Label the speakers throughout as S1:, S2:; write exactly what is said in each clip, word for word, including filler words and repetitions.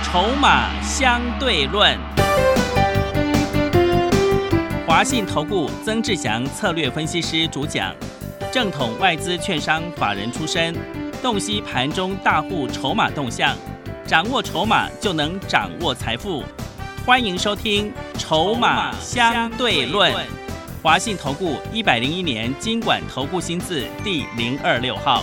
S1: 筹码相对论。华信投顾曾志祥策略分析师主讲，正统外资券商法人出身，洞悉盘中大户筹码动向，掌握筹码就能掌握财富。欢迎收听《筹码相对论》。华信投顾一百零一年金管投顾新字第零二六号。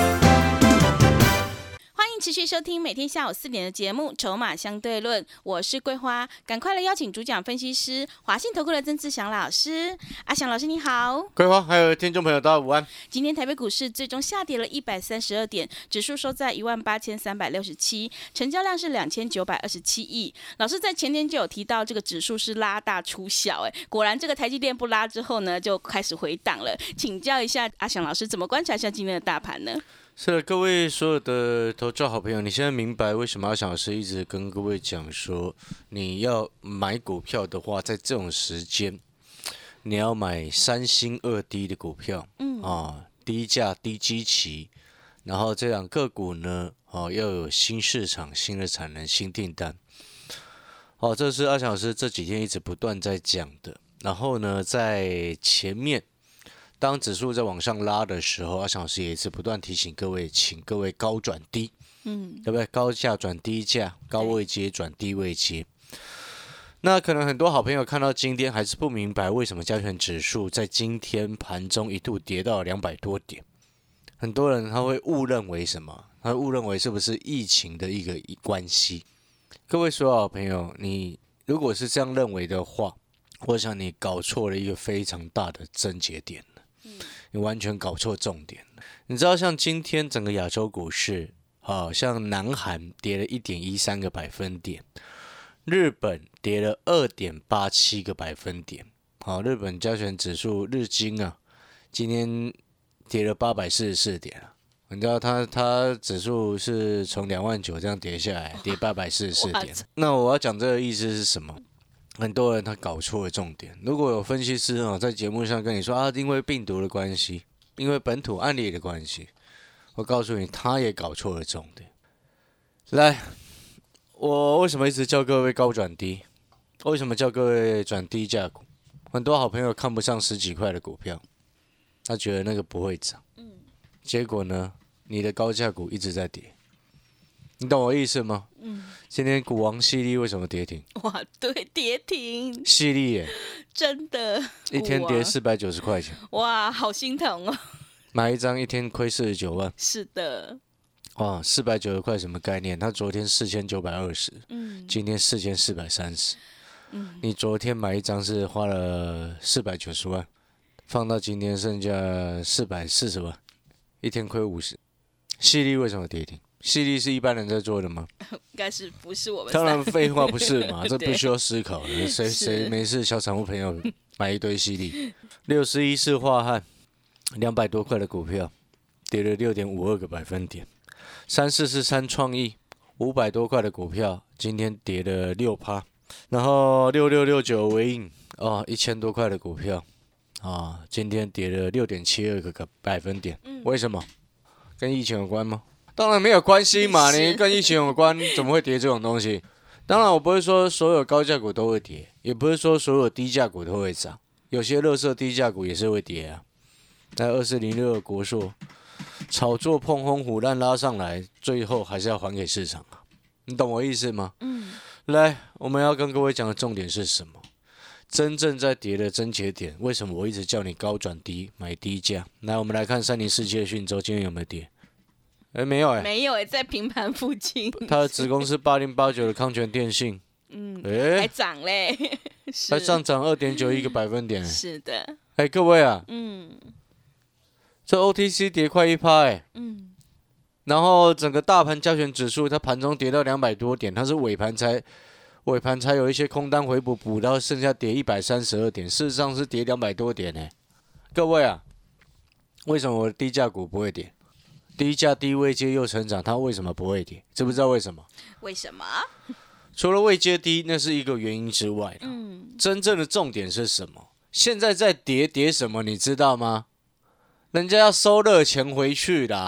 S2: 持续收听每天下午四点的节目《筹码相对论》，我是桂花，赶快来邀请主讲分析师华信投顾的曾志祥老师。阿祥老师你好。
S3: 桂花还有听众朋友大家午安。
S2: 今天台北股市最终下跌了一百三十二点，指数收在一万八千三百六十七，成交量是两千九百二十七亿。老师在前天就有提到这个指数是拉大出小，哎，果然这个台积电不拉之后呢，就开始回档了。请教一下阿祥老师，怎么观察一下今天的大盘呢？
S3: 是的，各位所有的投资好朋友，你现在明白为什么阿翔老师一直跟各位讲说，你要买股票的话，在这种时间，你要买三新二低的股票，嗯啊，低价低基期，然后这两个股呢，哦要有新市场、新的产能、新订单，好，这是阿翔老师这几天一直不断在讲的。然后呢，在前面。当指数在往上拉的时候，阿翔老师也是不断提醒各位，请各位高转低，嗯，对不对？高价转低价，高位阶转低位阶。那可能很多好朋友看到今天还是不明白，为什么加权指数在今天盘中一度跌到两百多点？很多人他会误认为什么？他会误认为是不是疫情的一个关系？各位所有好朋友，你如果是这样认为的话，我想你搞错了一个非常大的症结点。你完全搞错重点了。你知道，像今天整个亚洲股市，好像南韩跌了 一点一三 个百分点，日本跌了 二点八七 个百分点。好，日本加权指数日经啊，今天跌了八百四十四点啊。你知道它它指数是从两万九这样跌下来，跌八百四十四点。那我要讲这个意思是什么？很多人他搞错了重点。如果有分析师啊在节目上跟你说啊，因为病毒的关系，因为本土案例的关系，我告诉你，他也搞错了重点。来，我为什么一直叫各位高转低？为什么叫各位转低价股？很多好朋友看不上十几块的股票，他觉得那个不会涨，嗯，结果呢，你的高价股一直在跌。你懂我意思吗？嗯，今天股王矽力为什么跌停？
S2: 哇，对，跌停，
S3: 矽力耶，
S2: 真的，
S3: 一天跌四百九十块钱，
S2: 哇，好心疼哦。
S3: 买一张一天亏四十九万，
S2: 是的，
S3: 哇，四百九十块什么概念？他昨天四千九百二十，嗯，今天四千四百三十，嗯，你昨天买一张是花了四百九十万，放到今天剩下四百四十万，一天亏五十，矽力为什么跌停？矽力是一般人在做的吗？
S2: 应该是不是我们？
S3: 当然废话不是嘛，这不需要思考的。谁谁没事小散户朋友买一堆矽力？六十一是华汉，两百多块的股票，跌了六点五二个百分点。三四是三创意，五百多块的股票，今天跌了六趴。然后六六六九微影，哦，一千多块的股票，啊，今天跌了六点七二个百分点。为什么？跟疫情有关吗？当然没有关系嘛，你跟疫情有关，怎么会跌这种东西？当然，我不会说所有高价股都会跌，也不是说所有低价股都会涨，有些垃圾低价股也是会跌啊。那二四零六的国硕，炒作碰轰虎烂拉上来，最后还是要还给市场啊，你懂我意思吗？嗯。来，我们要跟各位讲的重点是什么？真正在跌的症结点，为什么我一直叫你高转低买低价？来，我们来看三零四七的讯州今天有没有跌？哎，没有哎、欸，
S2: 没有哎、欸，在平盘附近。
S3: 它的子公司八零八九的康泉电信，
S2: 嗯，哎，还涨嘞，
S3: 还上涨二点九一个百分点、欸。
S2: 是的。
S3: 哎，各位啊，嗯，这 O T C 跌快一趴哎，嗯，然后整个大盘加权指数，它盘中跌到两百多点，它是尾盘才尾盘才有一些空单回补，补到剩下跌一百三十二点，事实上是跌两百多点哎、欸。各位啊，为什么我的低价股不会跌？低价低位阶又成长，它为什么不会跌？知不知道为什么？
S2: 为什么？
S3: 除了位阶低，那是一个原因之外，嗯，真正的重点是什么？现在在跌跌什么？你知道吗？人家要收热钱回去啦，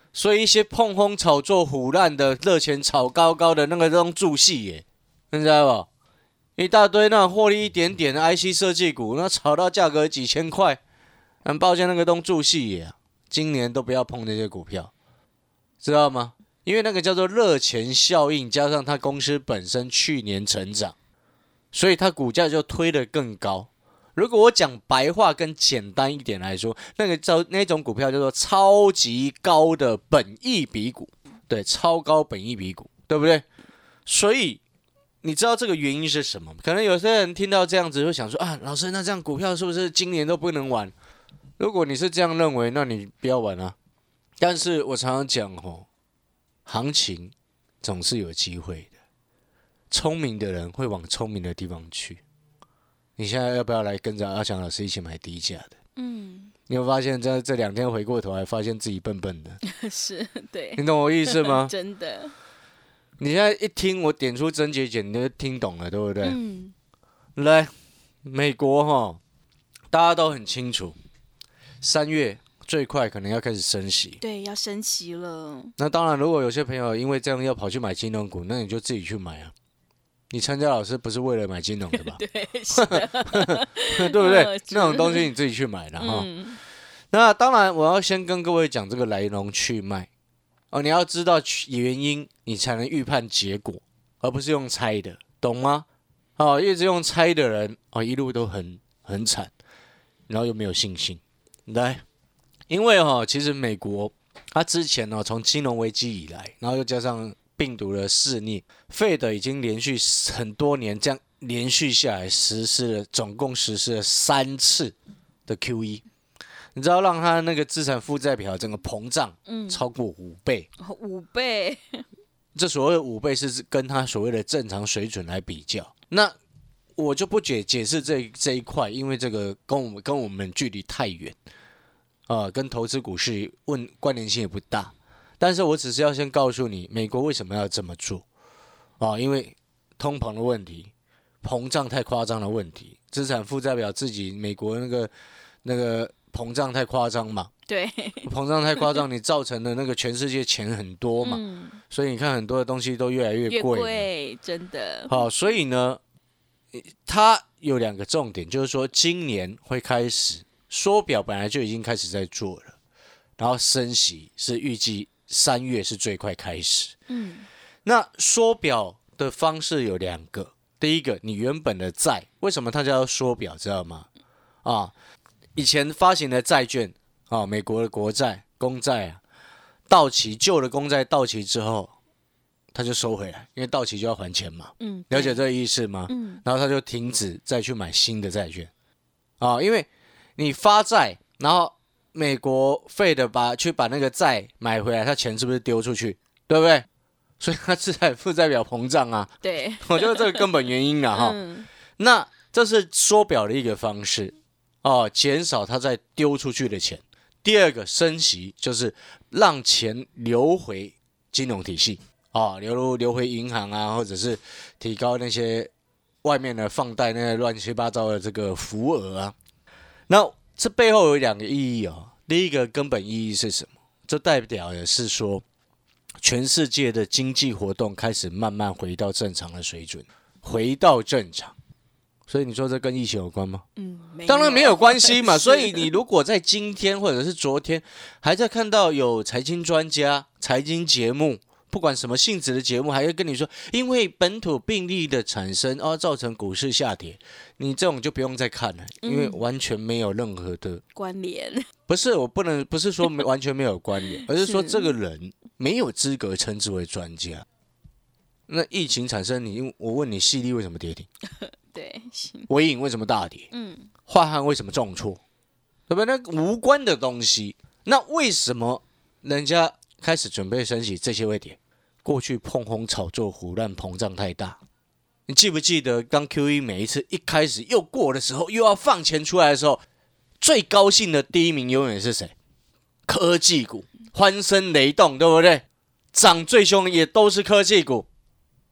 S3: 所以一些碰轰炒作唬烂的热钱炒高高的那个都助戏耶，你知道不？一大堆那种获利一点点的 I C 设计股，那炒到价格几千块，很抱歉那个都助戏耶，今年都不要碰那些股票，知道吗？因为那个叫做热钱效应，加上它公司本身去年成长，所以它股价就推得更高。如果我讲白话跟简单一点来说，那个叫那种股票叫做超级高的本益比股，对，超高本益比股，对不对？所以你知道这个原因是什么？可能有些人听到这样子会想说啊，老师，那这样股票是不是今年都不能玩？如果你是这样认为，那你不要玩啊。但是我常常讲哦，行情总是有机会的，聪明的人会往聪明的地方去。你现在要不要来跟着阿强老师一起买低价的？嗯，你有发现这这两天回过头来，发现自己笨笨的，
S2: 是，对，
S3: 你懂我意思吗？
S2: 真的，
S3: 你现在一听我点出症结点，你就听懂了，对不对？
S2: 嗯，
S3: 来，美国哈，大家都很清楚，三月最快可能要开始升息，
S2: 对，要升息了。
S3: 那当然，如果有些朋友因为这样要跑去买金融股，那你就自己去买啊。你参加老师不是为了买金融的吧？
S2: 对，是的
S3: 对不对？那种东西你自己去买的哈。嗯、那当然，我要先跟各位讲这个来龙去脉哦，你要知道原因，你才能预判结果，而不是用猜的，懂吗？哦，一直用猜的人哦，一路都很很惨，然后又没有信心。来，因为哈、哦，其实美国它之前哦，从金融危机以来，然后又加上病毒的肆虐 ，Fed 已经连续很多年这样连续下来实施了，总共实施了三次的 Q E， 你知道让它那个资产负债表整个膨胀超过五倍，
S2: 嗯、五倍，
S3: 这所谓的五倍是跟它所谓的正常水准来比较。那我就不解解释这这一块，因为这个跟我们跟我们距离太远，啊、呃，跟投资股市问关联性也不大。但是我只是要先告诉你，美国为什么要这么做啊？因为通膨的问题，膨胀太夸张的问题，资产负债表自己美国那个那个膨胀太夸张嘛，
S2: 对，
S3: 膨胀太夸张，你造成的那个全世界钱很多嘛，嗯、所以你看很多的东西都越来越贵，越
S2: 贵，真的。
S3: 好，所以呢，它有两个重点，就是说今年会开始缩表，本来就已经开始在做了，然后升息是预计三月是最快开始。嗯，那缩表的方式有两个，第一个，你原本的债，为什么它叫缩表，知道吗？啊，以前发行的债券啊，美国的国债、公债啊，到期旧的公债到期之后，他就收回来，因为到期就要还钱嘛。嗯，了解这个意思吗？嗯，然后他就停止再去买新的债券啊，因为你发债，然后美国Fed把去把那个债买回来，他钱是不是丢出去？对不对？所以他资产负债表膨胀啊。
S2: 对，
S3: 我觉得这个根本原因啦哈。嗯、那这是缩表的一个方式哦，减少他再丢出去的钱。第二个升息就是让钱流回金融体系啊、哦，流入流回银行啊，或者是提高那些外面的放贷那些乱七八糟的这个浮额啊。那这背后有两个意义哦。第一个根本意义是什么？这代表的是说，全世界的经济活动开始慢慢回到正常的水准，回到正常。所以你说这跟疫情有关吗？嗯，当然没有关系嘛。所以你如果在今天或者是昨天还在看到有财经专家、财经节目，不管什么性质的节目，还会跟你说，因为本土病例的产生而、哦、造成股市下跌，你这种就不用再看了，因为完全没有任何的
S2: 关联。
S3: 不是，我不能不是说完全没有关联，而是说这个人没有资格称之为专家。那疫情产生你，你我问你，细粒为什么跌停？
S2: 对，
S3: 微影为什么大跌？嗯，樺汉为什么重挫？对不对？那无关的东西，那为什么人家开始准备升息，这些会跌？过去碰轰炒作、胡乱膨胀太大。你记不记得当 Q E 每一次一开始又过的时候，又要放钱出来的时候，最高兴的第一名永远是谁？科技股，欢声雷动，对不对？涨最凶也都是科技股。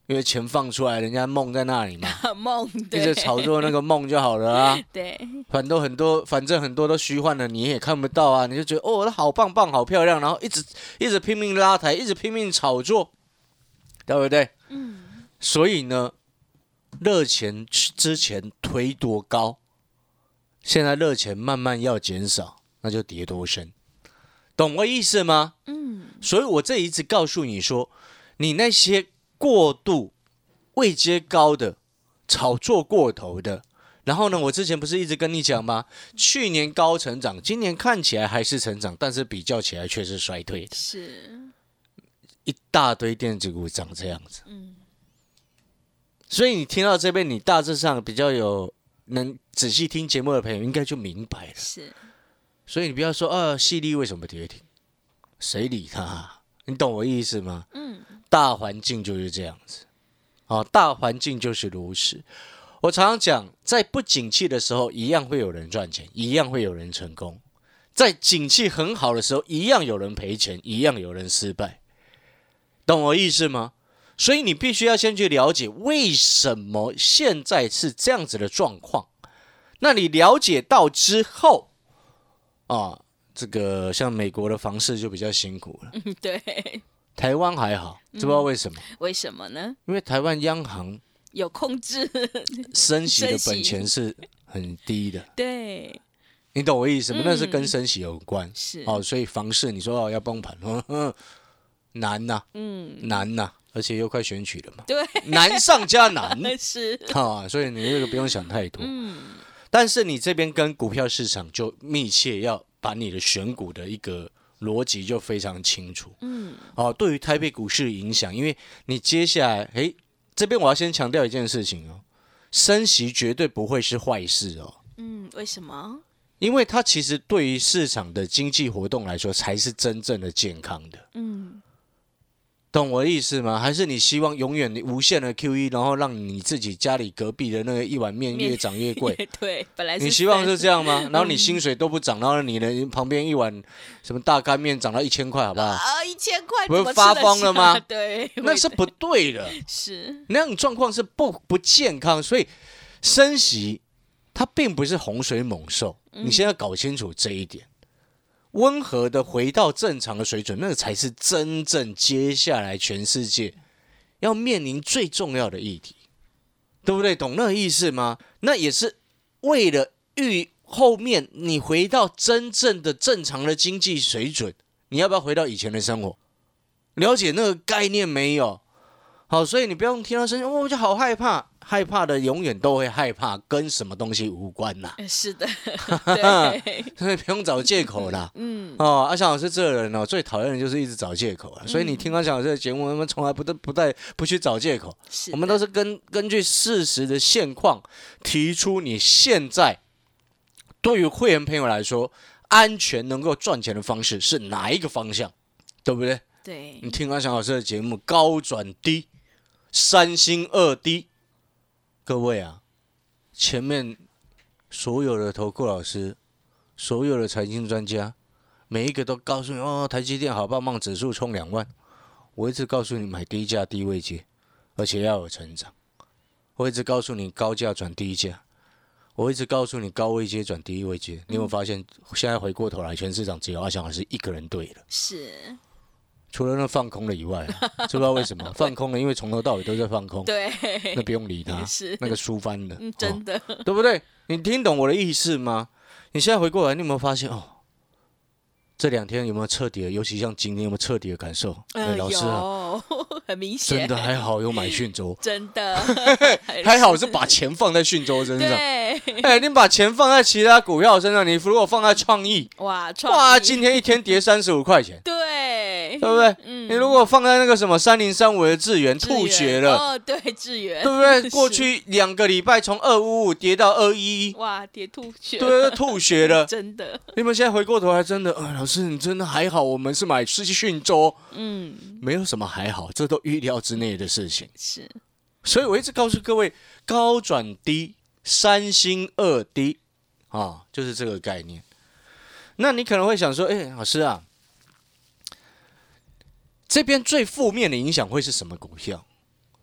S3: 因为钱放出来，人家梦在那里嘛，
S2: 梦
S3: 一直炒作那个梦就好了啊。
S2: 对，
S3: 反正很多，反正很多都虚幻的，你也看不到啊，你就觉得哦，它好棒棒，好漂亮，然后一直一直拼命拉抬，一直拼命炒作，对不对？嗯。所以呢，热钱之前推多高，现在热钱慢慢要减少，那就跌多深，懂我意思吗？嗯。所以我这一直告诉你说，你那些过度位阶高的、炒作过头的，然后呢，我之前不是一直跟你讲吗？去年高成长，今年看起来还是成长，但是比较起来却是衰退的。
S2: 是，
S3: 一大堆电子股长这样子。嗯。所以你听到这边，你大致上比较有能仔细听节目的朋友，应该就明白了。
S2: 是。所
S3: 以你不要说啊，细粒为什么跌停？谁理他啊？你懂我意思吗？嗯。大环境就是这样子，哦，大环境就是如此。我常常讲，在不景气的时候，一样会有人赚钱，一样会有人成功；在景气很好的时候，一样有人赔钱，一样有人失败。懂我意思吗？所以你必须要先去了解为什么现在是这样子的状况。那你了解到之后，啊，这个像美国的房市就比较辛苦了。
S2: 嗯，对。
S3: 台湾还好，知不知道为什么？
S2: 嗯、为什么呢？
S3: 因为台湾央行
S2: 有控制
S3: 升息的本钱是很低的。
S2: 对，
S3: 你懂我意思吗？嗯、那是跟升息有关。
S2: 是
S3: 哦，所以房市你说、哦、要崩盘，呵呵难呐、啊，嗯，难呐、啊，而且又快选举了嘛，
S2: 对，
S3: 难上加难。
S2: 是
S3: 啊，所以你这个不用想太多。
S2: 嗯，
S3: 但是你这边跟股票市场就密切要把你的选股的一个逻辑就非常清楚，嗯，哦，对于台北股市的影响，因为你接下来，哎，这边我要先强调一件事情哦，升息绝对不会是坏事哦，
S2: 嗯，为什么？
S3: 因为它其实对于市场的经济活动来说，才是真正的健康的，嗯。懂我的意思吗？还是你希望永远你无限的 Q E， 然后让你自己家里隔壁的那个一碗面越涨越贵？
S2: 对，本来是
S3: 你希望是这样吗？然后你薪水都不涨，然后你的旁边一碗什么大干面涨到一千块，好不好？
S2: 啊，一千块，
S3: 不是发疯了吗？
S2: 对，
S3: 那是不对的。
S2: 是
S3: 那种状况是不不健康，所以升息它并不是洪水猛兽，你现在搞清楚这一点。温和的回到正常的水准，那个才是真正接下来全世界要面临最重要的议题，对不对？懂那个意思吗？那也是为了预后面你回到真正的正常的经济水准，你要不要回到以前的生活？了解那个概念没有？好，所以你不用听到声音，哦，我就好害怕。害怕的永远都会害怕，跟什么东西无关啦。
S2: 是的，对，
S3: 所以不用找借口啦。嗯，哦，阿翔老师这个人哦，最讨厌的就是一直找借口啊。所以你听阿翔老师的节目，我们从来不不不带不去找借口，我们都是根根据事实的现况提出你现在对于会员朋友来说安全能够赚钱的方式是哪一个方向，对不对？
S2: 对，
S3: 你听阿翔老师的节目，高转低，三星二低。各位啊，前面所有的投顾老师，所有的财经专家，每一个都告诉你哦，台积电好棒棒，指数冲两万。我一直告诉你买低价低位接，而且要有成长。我一直告诉你高价转低价，我一直告诉你高位接转低位接。你有没有发现，现在回过头来，全市场只有阿翔老师一个人对了？
S2: 是。
S3: 除了那放空的以外、啊，知不知道为什么放空了？因为从头到尾都在放空。
S2: 对，
S3: 那不用理他，那个输翻了、
S2: 嗯，真的、
S3: 哦，对不对？你听懂我的意思吗？你现在回过来，你有没有发现哦？这两天有没有彻底的？尤其像今天有没有彻底的感受？
S2: 呃、
S3: 老师啊，
S2: 很明显，
S3: 真的还好有买讯州，
S2: 真的
S3: 还好是把钱放在讯州身上。
S2: 对，
S3: 哎，你把钱放在其他股票身上，你如果放在创意，
S2: 哇，创意
S3: 哇，今天一天跌三十五块钱，
S2: 对，
S3: 对不对？
S2: 嗯，
S3: 你如果放在那个什么三零三五的智原，吐血了，
S2: 哦，对，智原，
S3: 对不对？过去两个礼拜从二五五跌到二一一，
S2: 哇，跌吐血，
S3: 对，吐血了，
S2: 真的。
S3: 你们现在回过头来，真的，哎，老师你真的还好，我们是买是讯州，嗯，没有什么还好，这都预料之内的事情。
S2: 是，
S3: 所以我一直告诉各位，高转低，三星二低，啊，就是这个概念。那你可能会想说，哎，老师啊，这边最负面的影响会是什么股票？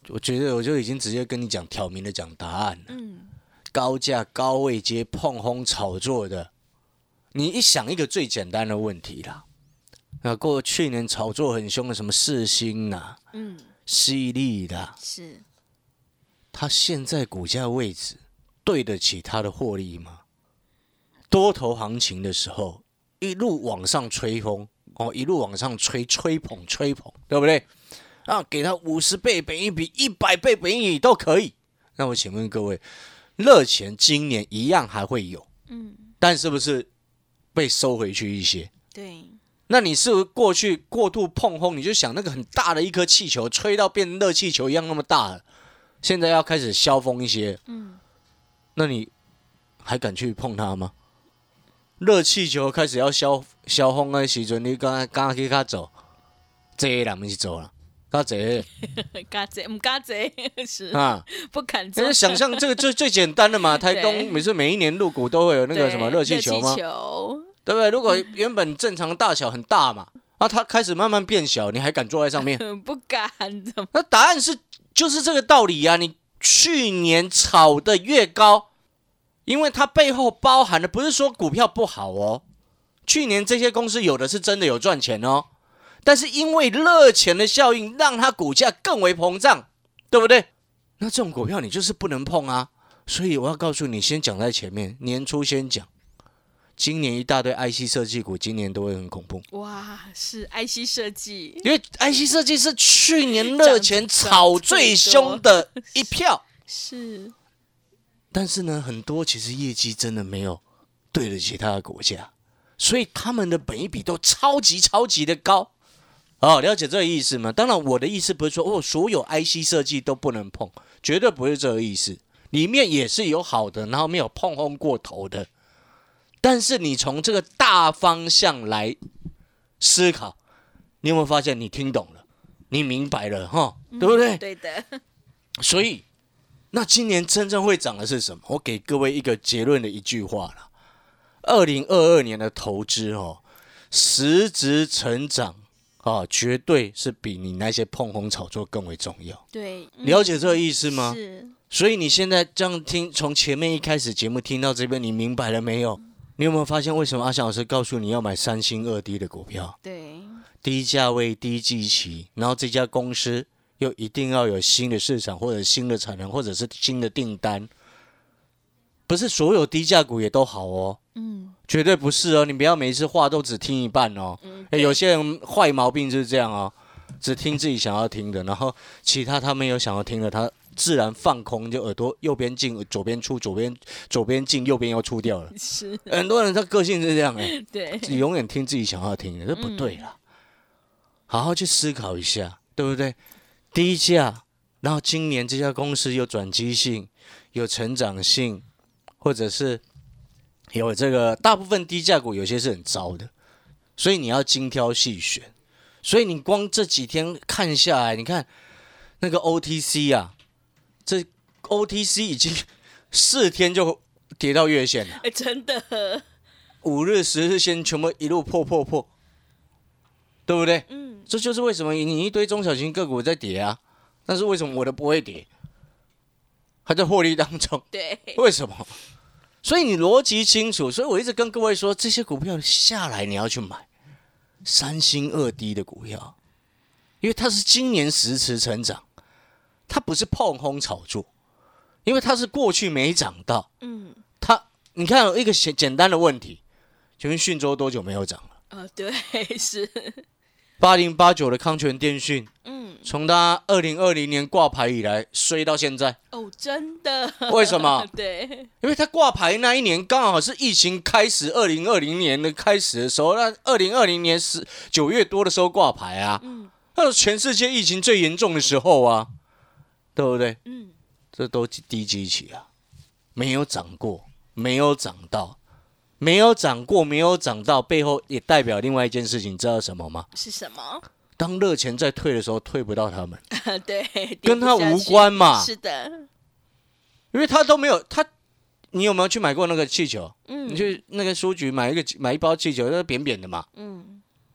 S3: 我觉得我就已经直接跟你讲挑明的讲答案了。
S2: 嗯，
S3: 高价高位接碰轰炒作的，你一想一个最简单的问题啦。那过去年炒作很凶的什么世芯啦、
S2: 嗯，
S3: 犀利啦，
S2: 是，
S3: 它现在股价位置对得起它的获利吗？多头行情的时候，一路往上吹风哦，一路往上吹，吹捧吹捧，对不对？啊，给它五十倍本益比、一百倍本益比都可以。那我请问各位，热钱今年一样还会有，
S2: 嗯，
S3: 但是不是被收回去一些？
S2: 对，
S3: 那你是不是过去过度碰轰，你就想那个很大的一颗气球吹到变热气球一样那么大了，现在要开始消风一些，
S2: 嗯，
S3: 那你还敢去碰它吗？热气球开始要消消风的时阵，你刚刚去卡走，这人不是走了，卡这
S2: 嘎贼唔嘎贼是
S3: 啊，
S2: 不敢做
S3: 你。想象这个最最简单的嘛，台
S2: 对
S3: 东每次每一年入股都会有那个
S2: 对
S3: 什么热气球吗？
S2: 球
S3: 对不对？如果原本正常大小很大嘛，啊，它开始慢慢变小，你还敢坐在上面？
S2: 不敢，怎么？
S3: 那答案是就是这个道理呀、啊。你去年炒的越高，因为它背后包含的不是说股票不好哦，去年这些公司有的是真的有赚钱哦，但是因为热钱的效应，让它股价更为膨胀，对不对？那这种股票你就是不能碰啊。所以我要告诉你，先讲在前面，年初先讲。今年一大堆 I C 设计股，今年都会很恐怖。
S2: 哇，是 I C 设计，
S3: 因为 I C 设计是去年热钱炒最凶的一票，
S2: 是，
S3: 但是呢，很多其实业绩真的没有对得起它的股价，所以他们的本益比都超级超级的高。哦，了解这个意思吗？当然，我的意思不是说哦，所有 I C 设计都不能碰，绝对不是这个意思。里面也是有好的，然后没有碰轰过头的。但是你从这个大方向来思考，你有没有发现你听懂了，你明白了哈，
S2: 嗯、
S3: 对不对？
S2: 对的。
S3: 所以，那今年真正会涨的是什么？我给各位一个结论的一句话啦：二零二二年的投资哦，实质成长啊，绝对是比你那些碰红炒作更为重要。
S2: 对，嗯、
S3: 了解这个意思吗？
S2: 是。
S3: 所以你现在这样听，从前面一开始节目听到这边，你明白了没有？你有没有发现为什么阿翔老师告诉你要买三星二低的股票？
S2: 对，
S3: 低价位、低基期，然后这家公司又一定要有新的市场或者新的产能或者是新的订单，不是所有低价股也都好哦，
S2: 嗯，
S3: 绝对不是哦。你不要每一次话都只听一半哦。
S2: 嗯、
S3: 有些人坏毛病就是这样哦，只听自己想要听的，然后其他他没有想要听的，他自然放空，就耳朵右边进，左边出，左边左边进，右边又出掉了。
S2: 是，
S3: 很多人他个性是这样哎、欸，
S2: 对，
S3: 永远听自己想要听的，这不对啦。嗯、好好去思考一下，对不对？低价，然后今年这家公司有转机性，有成长性，或者是有这个大部分低价股有些是很糟的，所以你要精挑细选。所以你光这几天看下来，你看那个 O T C 啊。这 O T C 已经四天就跌到月线了，
S2: 欸、真的，
S3: 五日、十日线全部一路破破破，对不对？
S2: 嗯，
S3: 这就是为什么你一堆中小型个股在跌啊，但是为什么我的不会跌？还在获利当中，
S2: 对，
S3: 为什么？所以你逻辑清楚，所以我一直跟各位说，这些股票下来你要去买三星二低的股票，因为它是今年实质成长。它不是碰轰炒作，因为它是过去没涨到。嗯，它你看有一个简单的问题，请问讯州多久没有涨了？
S2: 呃，对，是
S3: 八零八九的康泉电讯，
S2: 嗯，
S3: 从它二零二零年挂牌以来衰到现在。
S2: 哦，真的？
S3: 为什么？
S2: 对，
S3: 因为它挂牌那一年刚好是疫情开始，二零二零年的开始的时候，那二零二零年十九月多的时候挂牌啊，嗯，那是全世界疫情最严重的时候啊。对不对？嗯，这都低基期啊，没有涨过，没有涨到，没有涨过，没有涨到，背后也代表另外一件事情，知道什么吗？
S2: 是什么？
S3: 当热钱在退的时候，退不到他们，
S2: 对，
S3: 跟他无关嘛。
S2: 是的，
S3: 因为他都没有他，你有没有去买过那个气球？
S2: 嗯，
S3: 你去那个书局买一个买一包气球，那是扁扁的嘛。
S2: 嗯，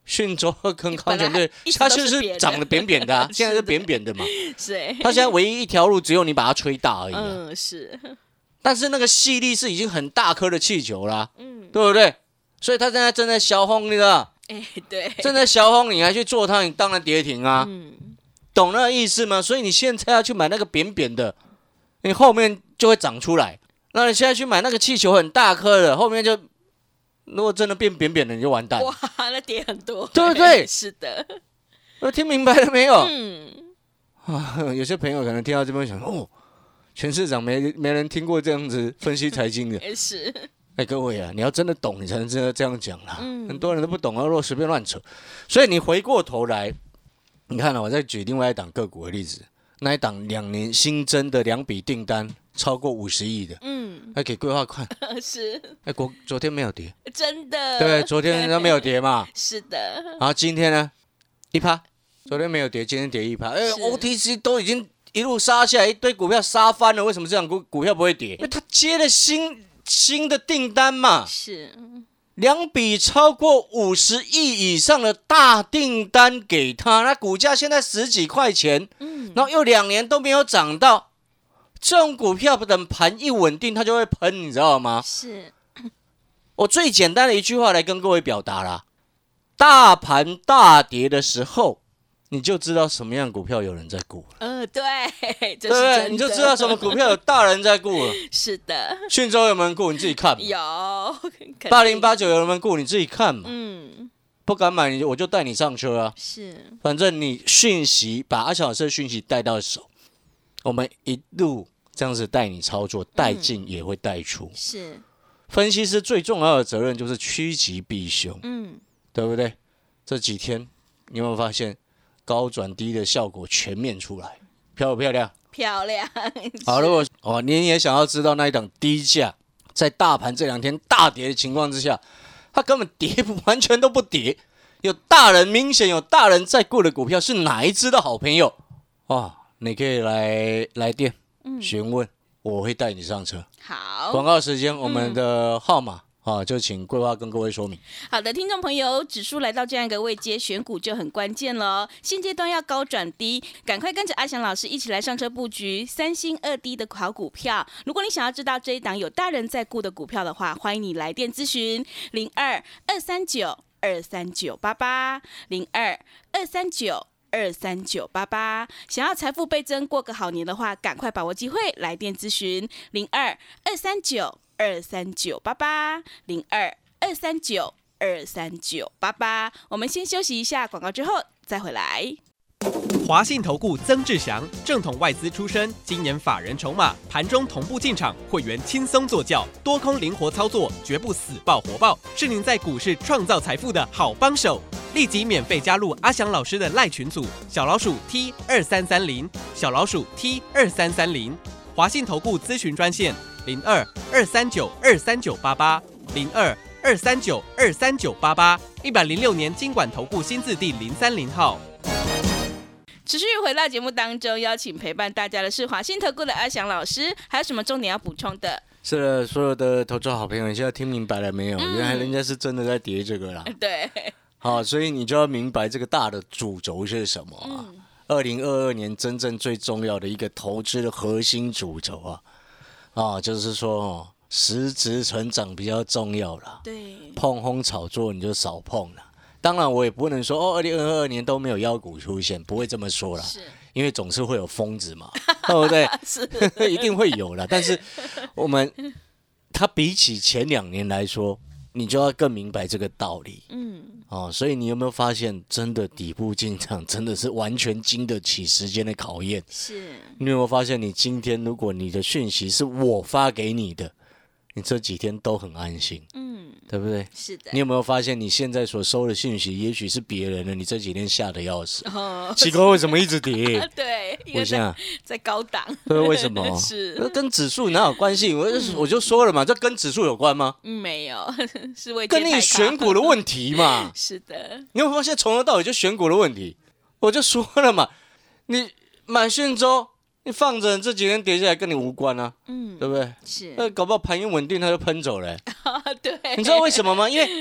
S3: 讯州跟康泉队，它就是长得扁扁的、啊，现在是扁扁的嘛。
S2: 是、欸，
S3: 它现在唯一一条路只有你把它吹大而已、啊。
S2: 嗯，是。
S3: 但是那个细粒是已经很大颗的气球啦，嗯，对不对？所以它现在正在消风，你知道？
S2: 哎、欸，对，
S3: 正在消风，你还去做它，你当然跌停啊。嗯，懂那个意思吗？所以你现在要去买那个扁扁的，你后面就会长出来。那你现在去买那个气球很大颗的，后面就。如果真的变扁扁的，你就完蛋。
S2: 哇，那跌很多，
S3: 对不对？
S2: 是的。
S3: 我听明白了没有？
S2: 嗯。
S3: 啊，有些朋友可能听到这边想，哦，全市场没没人听过这样子分析财经的。
S2: 是。
S3: 哎，各位啊，你要真的懂，你才能真的这样讲啦。嗯。很多人都不懂啊，如果随便乱扯。所以你回过头来，你看啊，我再举另外一档个股的例子，那一档两年新增的两笔订单超过五十亿的。嗯。还给规划看，
S2: 是，
S3: 哎，昨昨天没有跌，
S2: 真的，
S3: 对，昨天它没有跌嘛，
S2: 是的，
S3: 然后今天呢，一趴，昨天没有跌，今天跌一趴，哎 ，O T C 都已经一路杀下来，一堆股票杀翻了，为什么这样股股票不会跌？因为它接了新新的订单嘛，
S2: 是，
S3: 两笔超过五十亿以上的大订单给他，那股价现在十几块钱，嗯，然后又两年都没有涨到。这种股票等盘一稳定，它就会喷，你知道吗？
S2: 是。
S3: 我最简单的一句话来跟各位表达啦：大盘大跌的时候，你就知道什么样股票有人在顾了。
S2: 嗯、呃，对，对
S3: 不对？你就知道什么股票有大人在顾了。
S2: 是的。
S3: 讯州有没有人顾？你自己看嘛。
S2: 有。
S3: 八零八九有没有人顾？你自己看嘛。
S2: 嗯。
S3: 不敢买，你我就带你上车啊。
S2: 是。反
S3: 正你讯息把阿翔老师的讯息带到手，我们一路。这样子带你操作，带进也会带出。嗯、
S2: 是，
S3: 分析师最重要的责任就是趋吉避凶，嗯，对不对？这几天你有没有发现高转低的效果全面出来，漂不漂亮？
S2: 漂亮。
S3: 好，如果哦你也想要知道那一档低价，在大盘这两天大跌的情况之下，它根本跌不完全都不跌，有大人明显有大人在顾的股票是哪一支的好朋友？哇，你可以来来电。询问，我会带你上车。
S2: 好，
S3: 广告时间，我们的号码、嗯、啊，就请桂花跟各位说明。
S2: 好的，听众朋友，指数来到这样一个位阶，选股就很关键了。现阶段要高转低，赶快跟着阿翔老师一起来上车布局三星二低的好股票。如果你想要知道这一档有大人在顾的股票的话，欢迎你来电咨询零二二三九二三九八八零二二三九。二三九八八，想要财富倍增过个好年的话，赶快把握机会来电咨询零二二三九二三九八八零二二三九二三九八八。我们先休息一下广告之后再回来。
S1: 华信投顾曾志祥，正统外资出身，今年法人筹码，盘中同步进场，会员轻松做教，多空灵活操作，绝不死抱活抱，是您在股市创造财富的好帮手。立即免费加入阿翔老师的赖群组，小老鼠 T 二三三零，小老鼠 T 二三三零，华信投顾咨询专线零二二三九二三九八八零二二三九二三九八八，一百零六年金管投顾新字第零三零号。
S2: 持续回到节目当中，邀请陪伴大家的是华信投顾的阿翔老师，还有什么重点要补充的？
S3: 是的，所有的投资好朋友，你现在听明白了没有？嗯、原来人家是真的在跌这个啦。
S2: 对。
S3: 好，所以你就要明白这个大的主轴是什么啊？二零二二年真正最重要的一个投资的核心主轴啊，啊，就是说哦，实质成长比较重要啦。
S2: 对，
S3: 碰轰炒作你就少碰了。当然，我也不能说哦，二零二二年都没有妖股出现，不会这么说啦，因为总是会有疯子嘛，对不对？
S2: 是，
S3: 一定会有啦。但是我们它比起前两年来说，你就要更明白这个道理。嗯，哦，所以你有没有发现，真的底部进场真的是完全经得起时间的考验？
S2: 是。
S3: 你有没有发现，你今天如果你的讯息是我发给你的，你这几天都很安心。嗯，对不对？
S2: 是的。
S3: 你有没有发现，你现在所收的讯息，也许是别人的，你这几天吓得要死。哦，奇怪，为什么一直跌？
S2: 对，
S3: 为什么？
S2: 在高档。
S3: 对，为什么？
S2: 是。
S3: 跟指数哪有关系？我就我就说了嘛，这跟指数有关吗？
S2: 嗯，没有，是为
S3: 跟你选股的问题嘛。
S2: 是的。
S3: 你有没有发现，从头到尾就选股的问题？我就说了嘛，你买讯州。你放着，这几天跌下来跟你无关啊，嗯，对不对？
S2: 是，
S3: 那搞不好盘一稳定，它就喷走了、欸。
S2: 对，
S3: 你知道为什么吗？因为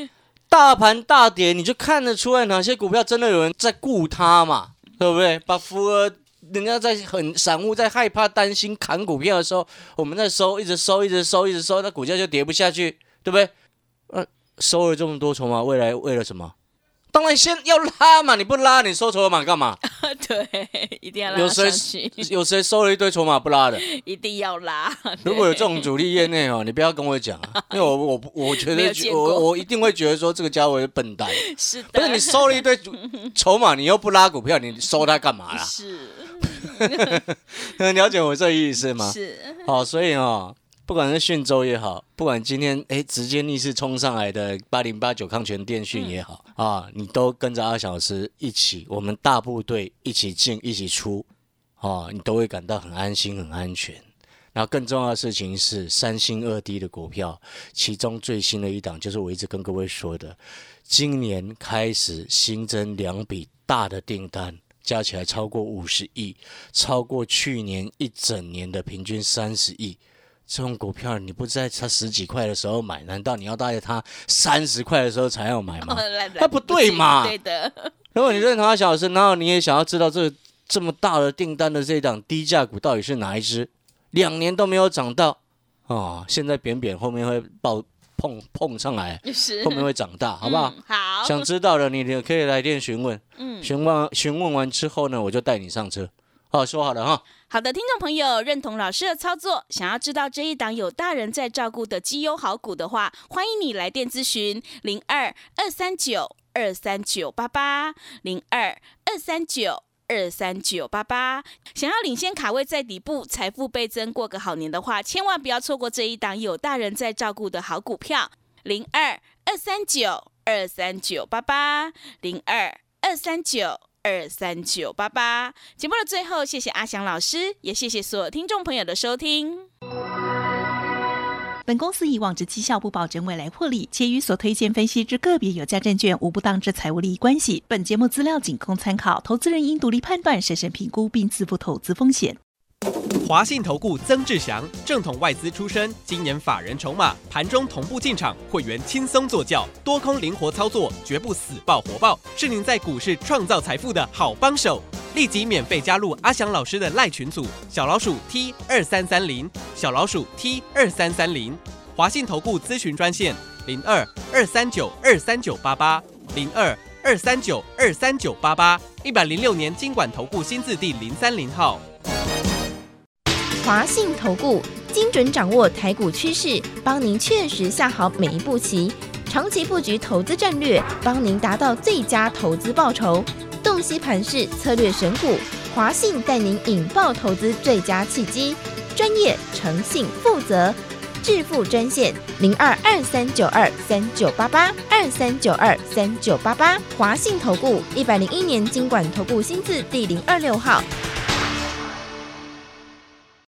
S3: 大盘大跌，你就看得出来哪些股票真的有人在顾它嘛，对不对？把福尔人家在很散户在害怕担心砍股票的时候，我们在收，一直收，一直收，一直收，那股价就跌不下去，对不对？呃，收了这么多筹码，未来为了什么？当然先要拉嘛，你不拉，你收筹码干嘛？
S2: 对，一定要拉上去。
S3: 有谁收了一堆筹码不拉的？
S2: 一定要拉。
S3: 如果有这种主力业内哦，你不要跟我讲啊，因为我我我觉得我我一定会觉得说这个家伙是笨蛋。
S2: 是的。
S3: 不是你收了一堆筹码，你又不拉股票，你收它干嘛啦？
S2: 是。
S3: 能了解我这意思吗？
S2: 是。
S3: 好，所以哦。不管是讯州也好，不管今天哎直接逆势冲上来的八零八九康泉电讯也好、嗯、啊，你都跟着阿翔老师一起，我们大部队一起进一起出，啊，你都会感到很安心很安全。然后更重要的事情是三星二低的股票，其中最新的一档就是我一直跟各位说的，今年开始新增两笔大的订单，加起来超过五十亿，超过去年一整年的平均三十亿。这种股票你不在它十几块的时候买，难道你要在它三十块的时候才要买吗？那、哦、不对嘛。
S2: 对的。
S3: 如果你认同阿翔老师，然后你也想要知道这个这么大的订单的这档低价股到底是哪一支，两年都没有涨到哦，现在扁扁后面会爆碰碰上来，后面会长大，好不好？
S2: 嗯、好。
S3: 想知道的你可以来电询问，嗯，询问询问完之后呢，我就带你上车。好，说好了哈。
S2: 好的，听众朋友，认同老师的操作，想要知道这一档有大人在照顾的绩优好股的话，欢迎你来电咨询零二二三九二三九八八零二二三九二三九八八。想要领先卡位在底部，财富倍增过个好年的话，千万不要错过这一档有大人在照顾的好股票。零二二三九二三九八八零二二三九。二三九八八。节目的最后，谢谢阿翔老师，也谢谢所有听众朋友的收听。
S4: 本公司以往之绩效不保证未来获利，且与所推荐分析之个别有价证券无不当之财务利益关系。本节目资料仅供参考，投资人应独立判断、审慎评估并自负投资风险。
S5: 华信投顾曾志祥，正统外资出身，今年法人筹码，盘中同步进场，会员轻松做教，多空灵活操作，绝不死抱活抱，是您在股市创造财富的好帮手。立即免费加入阿翔老师的赖群组，小老鼠 T 二三三零，小老鼠 T 二三三零。华信投顾咨询专线零二二三九二三九八八零二二三九二三九八八，一百零六年金管投顾新字第零三零号。
S6: 华信投顾精准掌握台股趋势，帮您确实下好每一步棋，长期布局投资战略，帮您达到最佳投资报酬。洞悉盘势，策略选股，华信带您引爆投资最佳契机，专业、诚信、负责，致富专线零二二三九二三九八八二三九二三九八八。华信投顾一百零一年金管投顾新字第零二六号。